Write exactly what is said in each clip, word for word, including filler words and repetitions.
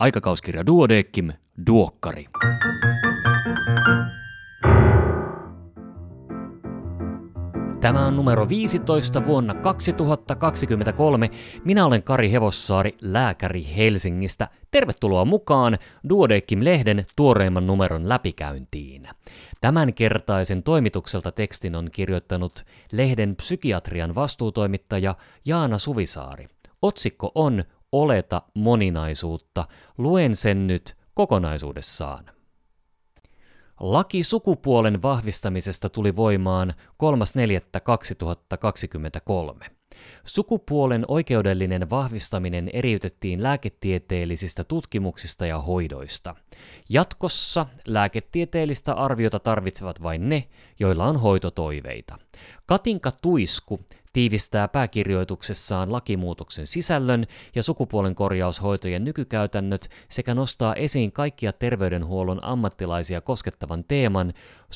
Aikakauskirja Duodeckim, Duokkari. Tämä on numero viisitoista vuonna kaksituhattakaksikymmentäkolme. Minä olen Kari Hevossaari, lääkäri Helsingistä. Tervetuloa mukaan Duodeckim-lehden tuoreimman numeron läpikäyntiin. Tämänkertaisen toimitukselta tekstin on kirjoittanut lehden psykiatrian vastuutoimittaja Jaana Suvisaari. Otsikko on Oleta moninaisuutta. Luen sen nyt kokonaisuudessaan. Laki sukupuolen vahvistamisesta tuli voimaan kolmas neljättä kaksituhattakaksikymmentäkolme. Sukupuolen oikeudellinen vahvistaminen eriytettiin lääketieteellisistä tutkimuksista ja hoidoista. Jatkossa lääketieteellistä arviota tarvitsevat vain ne, joilla on hoitotoiveita. Katinka Tuisku tiivistää pääkirjoituksessaan lakimuutoksen sisällön ja sukupuolen korjaushoitojen nykykäytännöt sekä nostaa esiin kaikkia terveydenhuollon ammattilaisia koskettavan teeman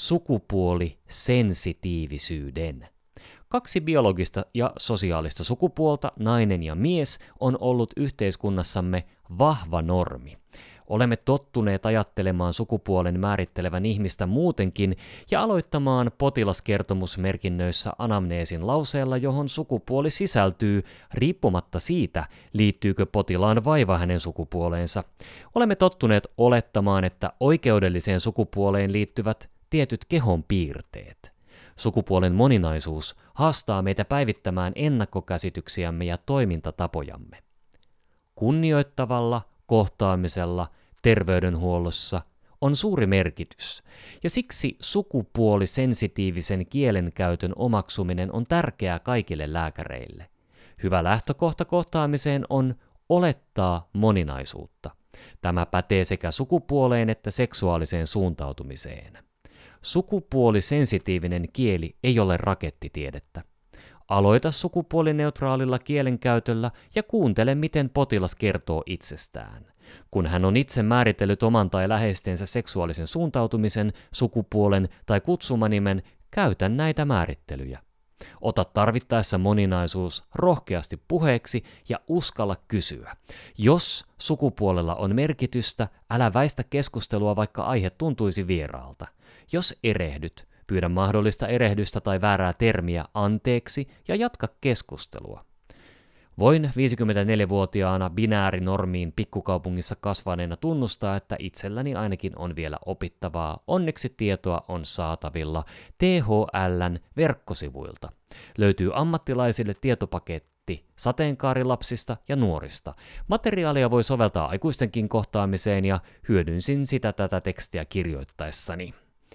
sukupuolisensitiivisyyden. Kaksi biologista ja sosiaalista sukupuolta, nainen ja mies, on ollut yhteiskunnassamme vahva normi. Olemme tottuneet ajattelemaan sukupuolen määrittelevän ihmistä muutenkin ja aloittamaan potilaskertomusmerkinnöissä anamneesin lauseella, johon sukupuoli sisältyy, riippumatta siitä, liittyykö potilaan vaiva hänen sukupuoleensa. Olemme tottuneet olettamaan, että oikeudelliseen sukupuoleen liittyvät tietyt kehon piirteet. Sukupuolen moninaisuus haastaa meitä päivittämään ennakkokäsityksiämme ja toimintatapojamme. Kunnioittavalla kohtaamisella terveydenhuollossa on suuri merkitys, ja siksi sukupuolisensitiivisen kielenkäytön omaksuminen on tärkeää kaikille lääkäreille. Hyvä lähtökohta kohtaamiseen on olettaa moninaisuutta. Tämä pätee sekä sukupuoleen että seksuaaliseen suuntautumiseen. Sukupuolisensitiivinen kieli ei ole rakettitiedettä. Aloita sukupuolineutraalilla kielenkäytöllä ja kuuntele, miten potilas kertoo itsestään. Kun hän on itse määritellyt oman tai läheistensä seksuaalisen suuntautumisen, sukupuolen tai kutsumanimen, käytä näitä määrittelyjä. Ota tarvittaessa moninaisuus rohkeasti puheeksi ja uskalla kysyä. Jos sukupuolella on merkitystä, älä väistä keskustelua, vaikka aihe tuntuisi vieraalta. Jos erehdyt, pyydä mahdollista erehdystä tai väärää termiä anteeksi ja jatka keskustelua. Voin viisikymmentäneljävuotiaana binäärinormiin pikkukaupungissa kasvaneena tunnustaa, että itselläni ainakin on vielä opittavaa. Onneksi tietoa on saatavilla T H L:n verkkosivuilta. Löytyy ammattilaisille tietopaketti sateenkaarilapsista ja nuorista. Materiaalia voi soveltaa aikuistenkin kohtaamiseen ja hyödynsin sitä tätä tekstiä kirjoittaessani.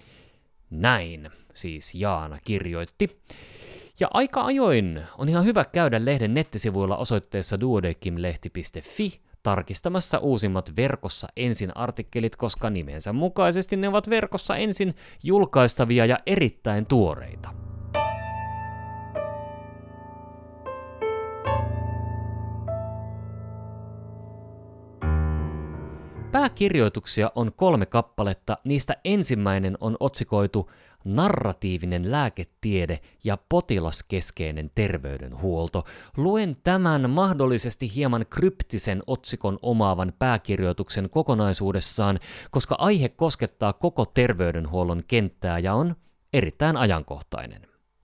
Näin siis Jaana kirjoitti. Ja aika ajoin on ihan hyvä käydä lehden nettisivuilla osoitteessa duodeckimlehti piste fi tarkistamassa uusimmat verkossa ensin artikkelit, koska nimensä mukaisesti ne ovat verkossa ensin julkaistavia ja erittäin tuoreita. Pääkirjoituksia on kolme kappaletta, niistä ensimmäinen on otsikoitu Narratiivinen lääketiede ja potilaskeskeinen terveydenhuolto. Luen tämän mahdollisesti hieman kryptisen otsikon omaavan pääkirjoituksen kokonaisuudessaan, koska aihe koskettaa koko terveydenhuollon kenttää ja on erittäin ajankohtainen.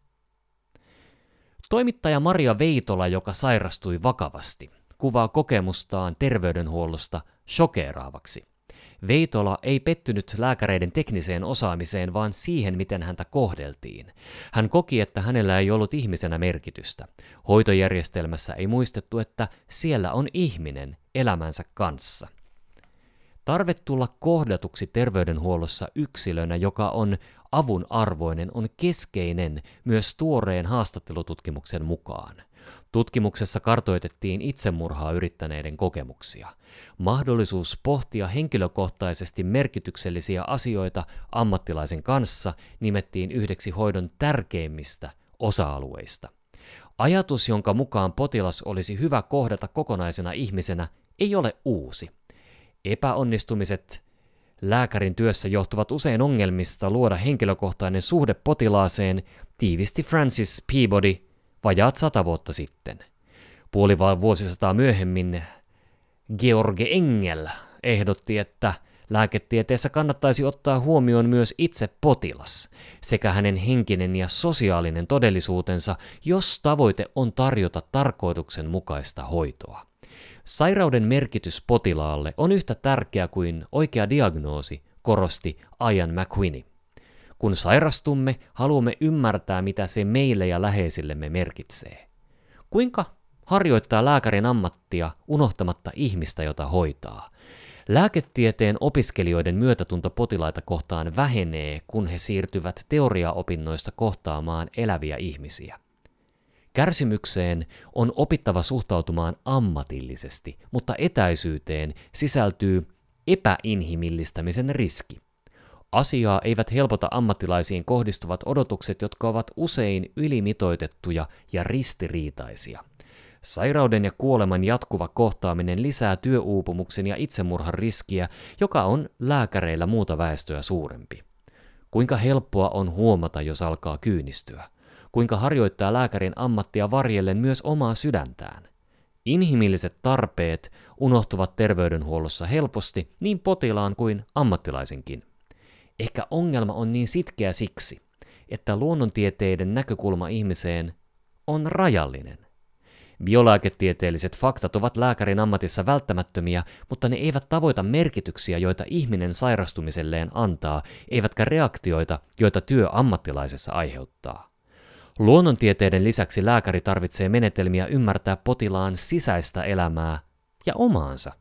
Toimittaja Maria Veitola, joka sairastui vakavasti, kuvaa kokemustaan terveydenhuollosta shokeeraavaksi. Veitola ei pettynyt lääkäreiden tekniseen osaamiseen, vaan siihen, miten häntä kohdeltiin. Hän koki, että hänellä ei ollut ihmisenä merkitystä. Hoitojärjestelmässä ei muistettu, että siellä on ihminen elämänsä kanssa. Tarve tulla kohdatuksi terveydenhuollossa yksilönä, joka on avun arvoinen, on keskeinen myös tuoreen haastattelututkimuksen mukaan. Tutkimuksessa kartoitettiin itsemurhaa yrittäneiden kokemuksia. Mahdollisuus pohtia henkilökohtaisesti merkityksellisiä asioita ammattilaisen kanssa nimettiin yhdeksi hoidon tärkeimmistä osa-alueista. Ajatus, jonka mukaan potilas olisi hyvä kohdata kokonaisena ihmisenä, ei ole uusi. Epäonnistumiset lääkärin työssä johtuvat usein ongelmista luoda henkilökohtainen suhde potilaaseen, tiivisti Francis Peabody vajaat sata vuotta sitten. Puoli vuosisataa myöhemmin George Engel ehdotti, että lääketieteessä kannattaisi ottaa huomioon myös itse potilas sekä hänen henkinen ja sosiaalinen todellisuutensa, jos tavoite on tarjota tarkoituksenmukaista hoitoa. Sairauden merkitys potilaalle on yhtä tärkeä kuin oikea diagnoosi, korosti Ian McQueenie. Kun sairastumme, haluamme ymmärtää, mitä se meille ja läheisillemme merkitsee. Kuinka harjoittaa lääkärin ammattia unohtamatta ihmistä, jota hoitaa? Lääketieteen opiskelijoiden myötätunto potilaita kohtaan vähenee, kun he siirtyvät teoriaopinnoista kohtaamaan eläviä ihmisiä. Kärsimykseen on opittava suhtautumaan ammatillisesti, mutta etäisyyteen sisältyy epäinhimillistämisen riski. Asiaa eivät helpota ammattilaisiin kohdistuvat odotukset, jotka ovat usein ylimitoitettuja ja ristiriitaisia. Sairauden ja kuoleman jatkuva kohtaaminen lisää työuupumuksen ja itsemurhan riskiä, joka on lääkäreillä muuta väestöä suurempi. Kuinka helppoa on huomata, jos alkaa kyynistyä? Kuinka harjoittaa lääkärin ammattia varjellen myös omaa sydäntään? Inhimilliset tarpeet unohtuvat terveydenhuollossa helposti niin potilaan kuin ammattilaisenkin. Ehkä ongelma on niin sitkeä siksi, että luonnontieteiden näkökulma ihmiseen on rajallinen. Biolääketieteelliset faktat ovat lääkärin ammatissa välttämättömiä, mutta ne eivät tavoita merkityksiä, joita ihminen sairastumiselleen antaa, eivätkä reaktioita, joita työ ammattilaisessa aiheuttaa. Luonnontieteiden lisäksi lääkäri tarvitsee menetelmiä ymmärtää potilaan sisäistä elämää ja omaansa.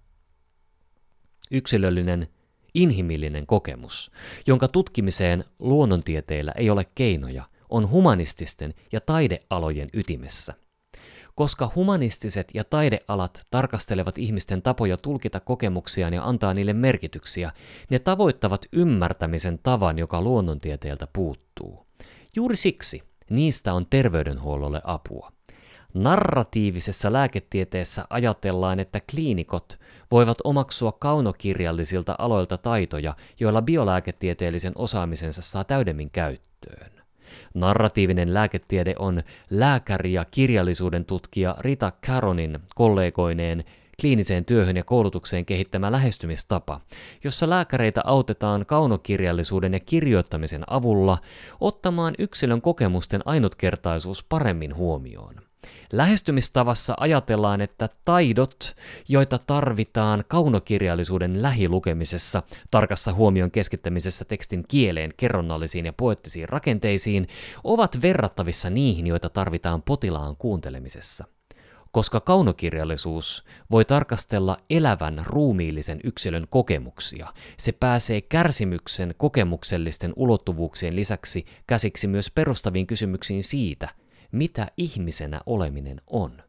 Yksilöllinen, inhimillinen kokemus, jonka tutkimiseen luonnontieteillä ei ole keinoja, on humanististen ja taidealojen ytimessä. Koska humanistiset ja taidealat tarkastelevat ihmisten tapoja tulkita kokemuksiaan ja antaa niille merkityksiä, ne tavoittavat ymmärtämisen tavan, joka luonnontieteeltä puuttuu. Juuri siksi niistä on terveydenhuollolle apua. Narratiivisessa lääketieteessä ajatellaan, että kliinikot voivat omaksua kaunokirjallisilta aloilta taitoja, joilla biolääketieteellisen osaamisensa saa täydemmin käyttöön. Narratiivinen lääketiede on lääkäri ja kirjallisuuden tutkija Rita Caronin kollegoineen kliiniseen työhön ja koulutukseen kehittämä lähestymistapa, jossa lääkäreitä autetaan kaunokirjallisuuden ja kirjoittamisen avulla ottamaan yksilön kokemusten ainutkertaisuus paremmin huomioon. Lähestymistavassa ajatellaan, että taidot, joita tarvitaan kaunokirjallisuuden lähilukemisessa, tarkassa huomion keskittämisessä tekstin kieleen, kerronnallisiin ja poettisiin rakenteisiin, ovat verrattavissa niihin, joita tarvitaan potilaan kuuntelemisessa. Koska kaunokirjallisuus voi tarkastella elävän ruumiillisen yksilön kokemuksia, se pääsee kärsimyksen kokemuksellisten ulottuvuuksien lisäksi käsiksi myös perustaviin kysymyksiin siitä, mitä ihmisenä oleminen on.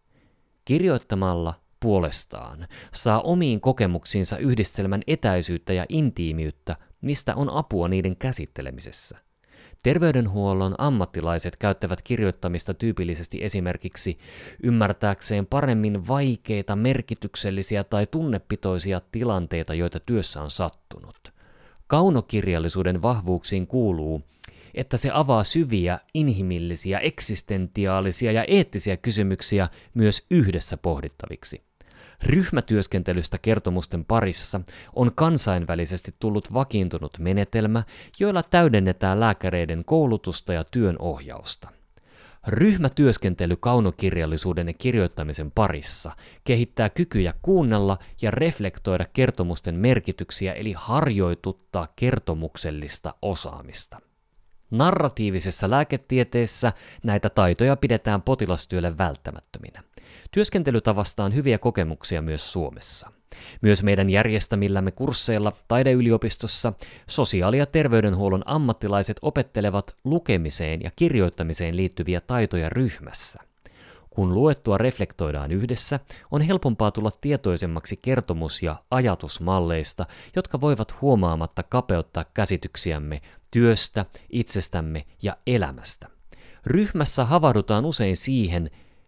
Kirjoittamalla puolestaan saa omiin kokemuksiinsa yhdistelmän etäisyyttä ja intiimiyttä, mistä on apua niiden käsittelemisessä. Terveydenhuollon ammattilaiset käyttävät kirjoittamista tyypillisesti esimerkiksi ymmärtääkseen paremmin vaikeita, merkityksellisiä tai tunnepitoisia tilanteita, joita työssä on sattunut. Kaunokirjallisuuden vahvuuksiin kuuluu, että se avaa syviä, inhimillisiä, eksistentiaalisia ja eettisiä kysymyksiä myös yhdessä pohdittaviksi. Ryhmätyöskentelystä kertomusten parissa on kansainvälisesti tullut vakiintunut menetelmä, joilla täydennetään lääkäreiden koulutusta ja työnohjausta. Ryhmätyöskentely kaunokirjallisuuden ja kirjoittamisen parissa kehittää kykyjä kuunnella ja reflektoida kertomusten merkityksiä eli harjoituttaa kertomuksellista osaamista. Narratiivisessa lääketieteessä näitä taitoja pidetään potilastyölle välttämättöminä. Työskentelytavasta on hyviä kokemuksia myös Suomessa. Myös meidän järjestämillämme kursseilla taideyliopistossa sosiaali- ja terveydenhuollon ammattilaiset opettelevat lukemiseen ja kirjoittamiseen liittyviä taitoja ryhmässä. Kun luettua reflektoidaan yhdessä, on helpompaa tulla tietoisemmaksi kertomus- ja ajatusmalleista, jotka voivat huomaamatta kapeuttaa käsityksiämme työstä, itsestämme ja elämästä. Ryhmässä havahdutaan usein siihen,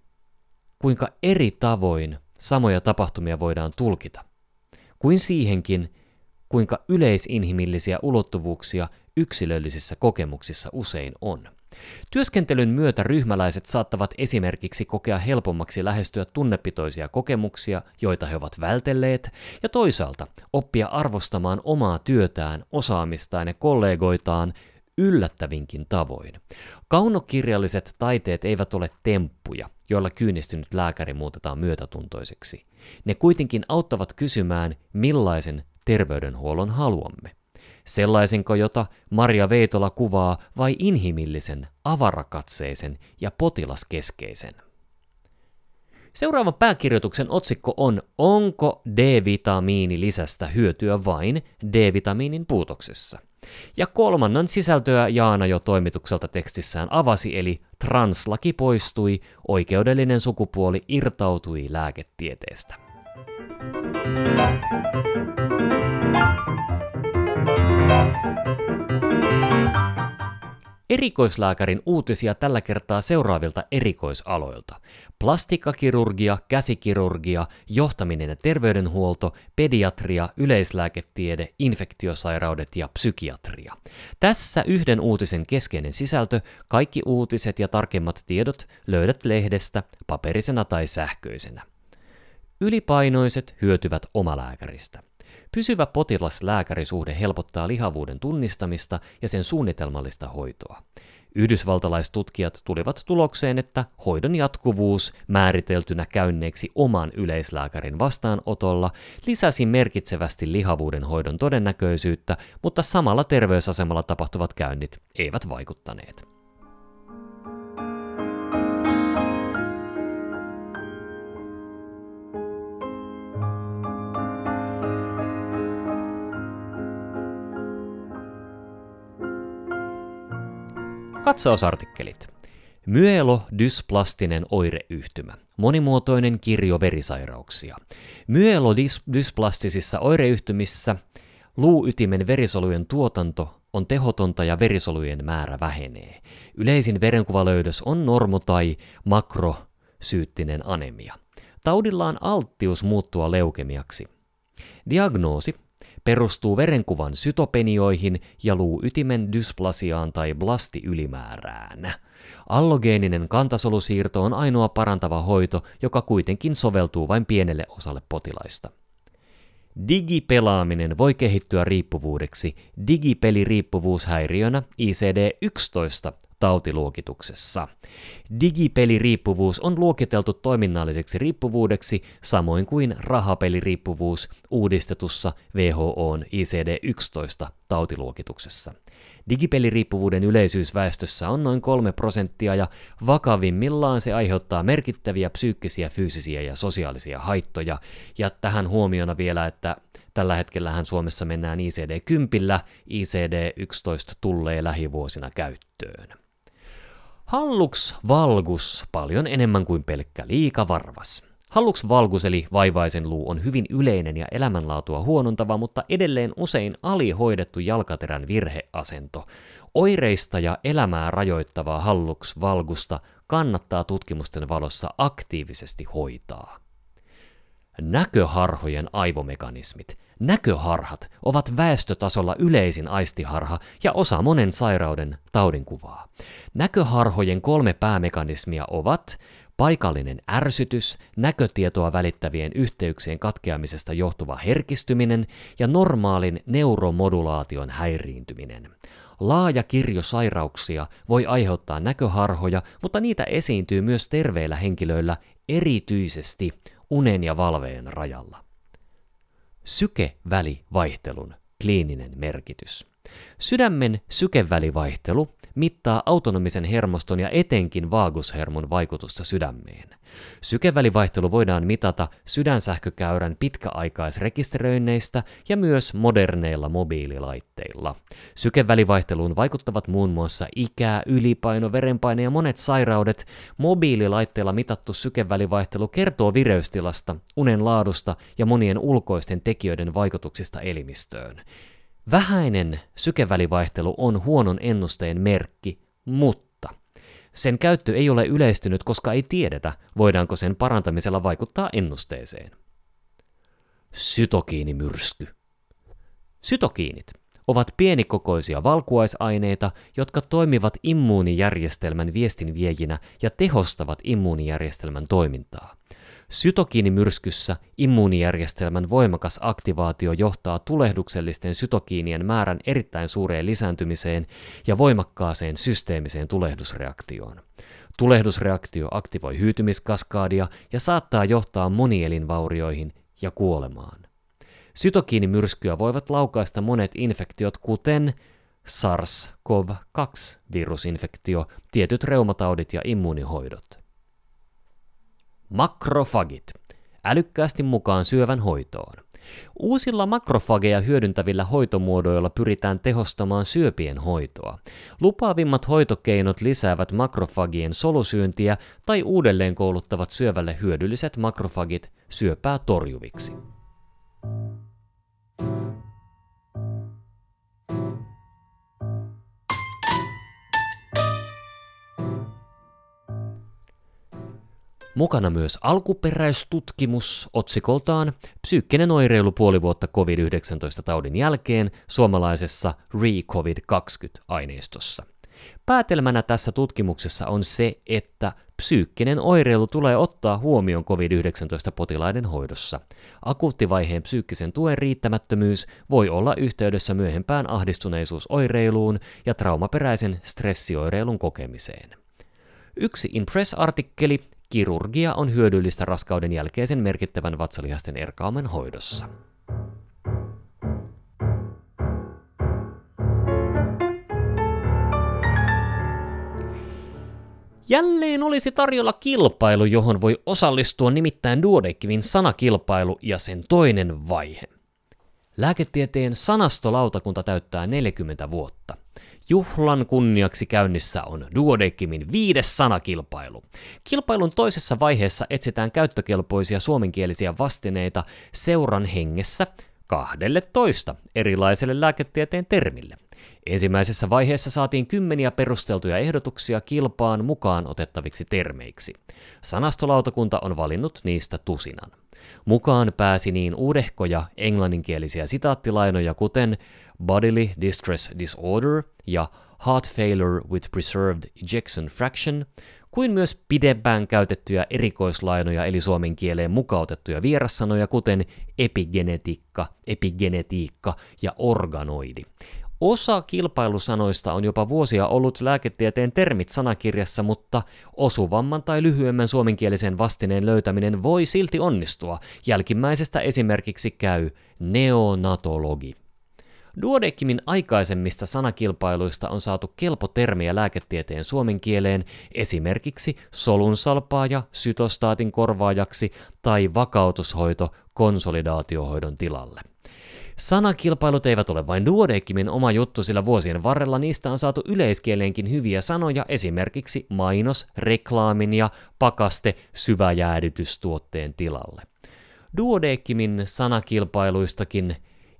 kuinka eri tavoin samoja tapahtumia voidaan tulkita, kuin siihenkin, kuinka yleisinhimillisiä ulottuvuuksia yksilöllisissä kokemuksissa usein on. Työskentelyn myötä ryhmäläiset saattavat esimerkiksi kokea helpommaksi lähestyä tunnepitoisia kokemuksia, joita he ovat vältelleet, ja toisaalta oppia arvostamaan omaa työtään, osaamistaan ja kollegoitaan yllättävinkin tavoin. Kaunokirjalliset taiteet eivät ole temppuja, joilla kyynistynyt lääkäri muutetaan myötätuntoiseksi. Ne kuitenkin auttavat kysymään, millaisen terveydenhuollon haluamme. Sellaisenko, jota Maria Veitola kuvaa, vai inhimillisen, avarakatseisen ja potilaskeskeisen? Seuraavan pääkirjoituksen otsikko on Onko D-vitamiini lisästä hyötyä vain D-vitamiinin puutoksessa? Ja kolmannan sisältöä Jaana jo toimitukselta tekstissään avasi, eli translaki poistui, oikeudellinen sukupuoli irtautui lääketieteestä. Erikoislääkärin uutisia tällä kertaa seuraavilta erikoisaloilta. Plastiikkakirurgia, käsikirurgia, johtaminen ja terveydenhuolto, pediatria, yleislääketiede, infektiosairaudet ja psykiatria. Tässä yhden uutisen keskeinen sisältö, kaikki uutiset ja tarkemmat tiedot löydät lehdestä paperisena tai sähköisenä. Ylipainoiset hyötyvät omalääkäristä. Pysyvä potilas-lääkärisuhde helpottaa lihavuuden tunnistamista ja sen suunnitelmallista hoitoa. Yhdysvaltalaistutkijat tulivat tulokseen, että hoidon jatkuvuus määriteltynä käynneeksi oman yleislääkärin vastaanotolla lisäsi merkitsevästi lihavuuden hoidon todennäköisyyttä, mutta samalla terveysasemalla tapahtuvat käynnit eivät vaikuttaneet. Katsausartikkelit. Myelodysplastinen oireyhtymä. Monimuotoinen kirjo verisairauksia. Myelodysplastisissa oireyhtymissä luuytimen verisolujen tuotanto on tehotonta ja verisolujen määrä vähenee. Yleisin verenkuvalöydös on normo- tai makrosyyttinen anemia. Taudilla on alttius muuttua leukemiaksi. Diagnoosi perustuu verenkuvan sytopenioihin ja luuytimen dysplasiaan tai blastiylimäärään. Allogeeninen kantasolusiirto on ainoa parantava hoito, joka kuitenkin soveltuu vain pienelle osalle potilaista. Digipelaaminen voi kehittyä riippuvuudeksi digipeliriippuvuushäiriönä I C D yksitoista tautiluokituksessa. Digipeliriippuvuus on luokiteltu toiminnalliseksi riippuvuudeksi samoin kuin rahapeliriippuvuus uudistetussa W H O:n I C D yksitoista tautiluokituksessa. Digipeliriippuvuuden yleisyys väestössä on noin kolme prosenttia ja vakavimmillaan se aiheuttaa merkittäviä psyykkisiä, fyysisiä ja sosiaalisia haittoja. Ja tähän huomiona vielä, että tällä hetkellähän Suomessa mennään I C D kymmenen, I C D yksitoista tullee lähivuosina käyttöön. Hallux valgus paljon enemmän kuin pelkkä liikavarvas. Hallux valgus eli vaivaisen luu on hyvin yleinen ja elämänlaatua huonontava, mutta edelleen usein alihoidettu jalkaterän virheasento. Oireista ja elämää rajoittavaa hallux valgusta kannattaa tutkimusten valossa aktiivisesti hoitaa. Näköharhojen aivomekanismit. Näköharhat ovat väestötasolla yleisin aistiharha ja osa monen sairauden taudinkuvaa. Näköharhojen kolme päämekanismia ovat paikallinen ärsytys, näkötietoa välittävien yhteyksien katkeamisesta johtuva herkistyminen ja normaalin neuromodulaation häiriintyminen. Laaja kirjo sairauksia voi aiheuttaa näköharhoja, mutta niitä esiintyy myös terveillä henkilöillä erityisesti unen ja valveen rajalla. Sykevälivaihtelun kliininen merkitys. Sydämen sykevälivaihtelu mittaa autonomisen hermoston ja etenkin vagushermon vaikutusta sydämeen. Sykevälivaihtelu voidaan mitata sydänsähkökäyrän pitkäaikaisrekisteröinneistä ja myös moderneilla mobiililaitteilla. Sykevälivaihteluun vaikuttavat muun muassa ikä, ylipaino, verenpaine ja monet sairaudet. Mobiililaitteilla mitattu sykevälivaihtelu kertoo vireystilasta, unen laadusta ja monien ulkoisten tekijöiden vaikutuksista elimistöön. Vähäinen sykevälivaihtelu on huonon ennusteen merkki, mutta sen käyttö ei ole yleistynyt, koska ei tiedetä, voidaanko sen parantamisella vaikuttaa ennusteeseen. Sytokiinimyrsky. Sytokiinit ovat pienikokoisia valkuaisaineita, jotka toimivat immuunijärjestelmän viestinviejinä ja tehostavat immuunijärjestelmän toimintaa. Sytokiinimyrskyssä immuunijärjestelmän voimakas aktivaatio johtaa tulehduksellisten sytokiinien määrän erittäin suureen lisääntymiseen ja voimakkaaseen systeemiseen tulehdusreaktioon. Tulehdusreaktio aktivoi hyytymiskaskaadia ja saattaa johtaa monielinvaurioihin ja kuolemaan. Sytokiinimyrskyä voivat laukaista monet infektiot, kuten SARS-C o V kaksi -virusinfektio, tietyt reumataudit ja immuunihoidot. Makrofagit. Älykkäästi mukaan syövän hoitoon. Uusilla makrofageja hyödyntävillä hoitomuodoilla pyritään tehostamaan syöpien hoitoa. Lupaavimmat hoitokeinot lisäävät makrofagien solusyöntiä tai uudelleen kouluttavat syövälle hyödylliset makrofagit syöpää torjuviksi. Mukana myös alkuperäistutkimus otsikoltaan Psyykkinen oireilu puoli vuotta covid yhdeksäntoista-taudin jälkeen suomalaisessa Re-covid kaksikymmentä-aineistossa. Päätelmänä tässä tutkimuksessa on se, että psyykkinen oireilu tulee ottaa huomioon covid yhdeksäntoista-potilaiden hoidossa. Akuuttivaiheen psyykkisen tuen riittämättömyys voi olla yhteydessä myöhempään ahdistuneisuusoireiluun ja traumaperäisen stressioireilun kokemiseen. Yksi Impress-artikkeli: kirurgia on hyödyllistä raskauden jälkeisen merkittävän vatsalihasten erkauman hoidossa. Jälleen olisi tarjolla kilpailu, johon voi osallistua, nimittäin Duodeckimin sanakilpailu ja sen toinen vaihe. Lääketieteen sanastolautakunta täyttää neljäkymmentä vuotta. Juhlan kunniaksi käynnissä on Duodeckimin viides sanakilpailu. Kilpailun toisessa vaiheessa etsitään käyttökelpoisia suomenkielisiä vastineita seuran hengessä kahdelletoista erilaiselle lääketieteen termille. Ensimmäisessä vaiheessa saatiin kymmeniä perusteltuja ehdotuksia kilpaan mukaan otettaviksi termeiksi. Sanastolautakunta on valinnut niistä tusinan. Mukaan pääsi niin uudehkoja englanninkielisiä sitaattilainoja kuten Bodily Distress Disorder ja Heart Failure with Preserved Ejection Fraction, kuin myös pidempään käytettyjä erikoislainoja eli suomen kieleen mukautettuja vierassanoja kuten epigenetiikka, epigenetiikka ja organoidi. Osa kilpailusanoista on jopa vuosia ollut lääketieteen termit sanakirjassa, mutta osuvamman tai lyhyemmän suomenkielisen vastineen löytäminen voi silti onnistua. Jälkimmäisestä esimerkiksi käy neonatologi. Duodeckimin aikaisemmista sanakilpailuista on saatu kelpo termiä lääketieteen suomen kieleen, esimerkiksi solunsalpaaja sytostaatin korvaajaksi tai vakautushoito konsolidaatiohoidon tilalle. Sanakilpailut eivät ole vain Duodeckimin oma juttu, sillä vuosien varrella niistä on saatu yleiskieleenkin hyviä sanoja, esimerkiksi mainos, reklaamin ja pakaste syväjäädytystuotteen tilalle. Duodeckimin sanakilpailuistakin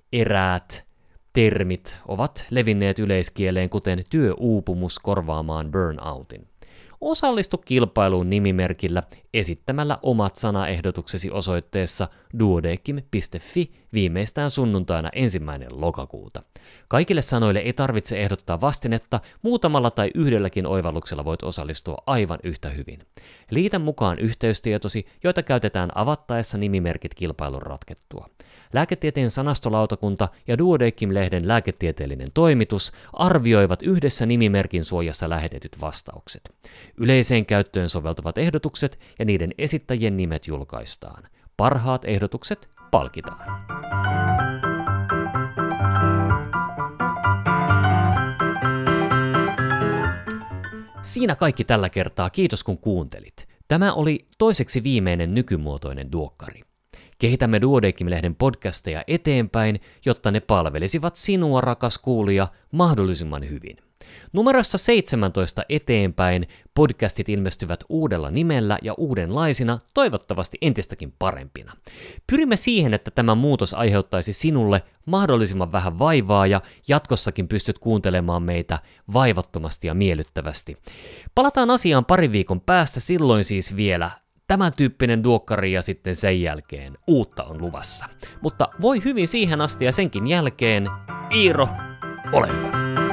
eräät termit ovat levinneet yleiskieleen, kuten työuupumus korvaamaan burnoutin. Osallistu kilpailuun nimimerkillä esittämällä omat sanaehdotuksesi osoitteessa duodeckim piste fi viimeistään sunnuntaina ensimmäinen lokakuuta. Kaikille sanoille ei tarvitse ehdottaa vastinetta, muutamalla tai yhdelläkin oivalluksella voit osallistua aivan yhtä hyvin. Liitä mukaan yhteystietosi, joita käytetään avattaessa nimimerkit kilpailun ratkettua. Lääketieteen sanastolautakunta ja Duodeckim-lehden lääketieteellinen toimitus arvioivat yhdessä nimimerkin suojassa lähetetyt vastaukset. Yleiseen käyttöön soveltuvat ehdotukset ja niiden esittäjien nimet julkaistaan. Parhaat ehdotukset palkitaan. Siinä kaikki tällä kertaa, kiitos kun kuuntelit. Tämä oli toiseksi viimeinen nykymuotoinen duokkari. Kehitämme Duodeckim-lehden podcasteja eteenpäin, jotta ne palvelisivat sinua, rakas kuulija, mahdollisimman hyvin. Numerossa seitsemäntoista eteenpäin podcastit ilmestyvät uudella nimellä ja uudenlaisina, toivottavasti entistäkin parempina. Pyrimme siihen, että tämä muutos aiheuttaisi sinulle mahdollisimman vähän vaivaa ja jatkossakin pystyt kuuntelemaan meitä vaivattomasti ja miellyttävästi. Palataan asiaan pari viikon päästä, silloin siis vielä tämän tyyppinen duokkari ja sitten sen jälkeen uutta on luvassa. Mutta voi hyvin siihen asti ja senkin jälkeen, Iiro, Ole hyvä.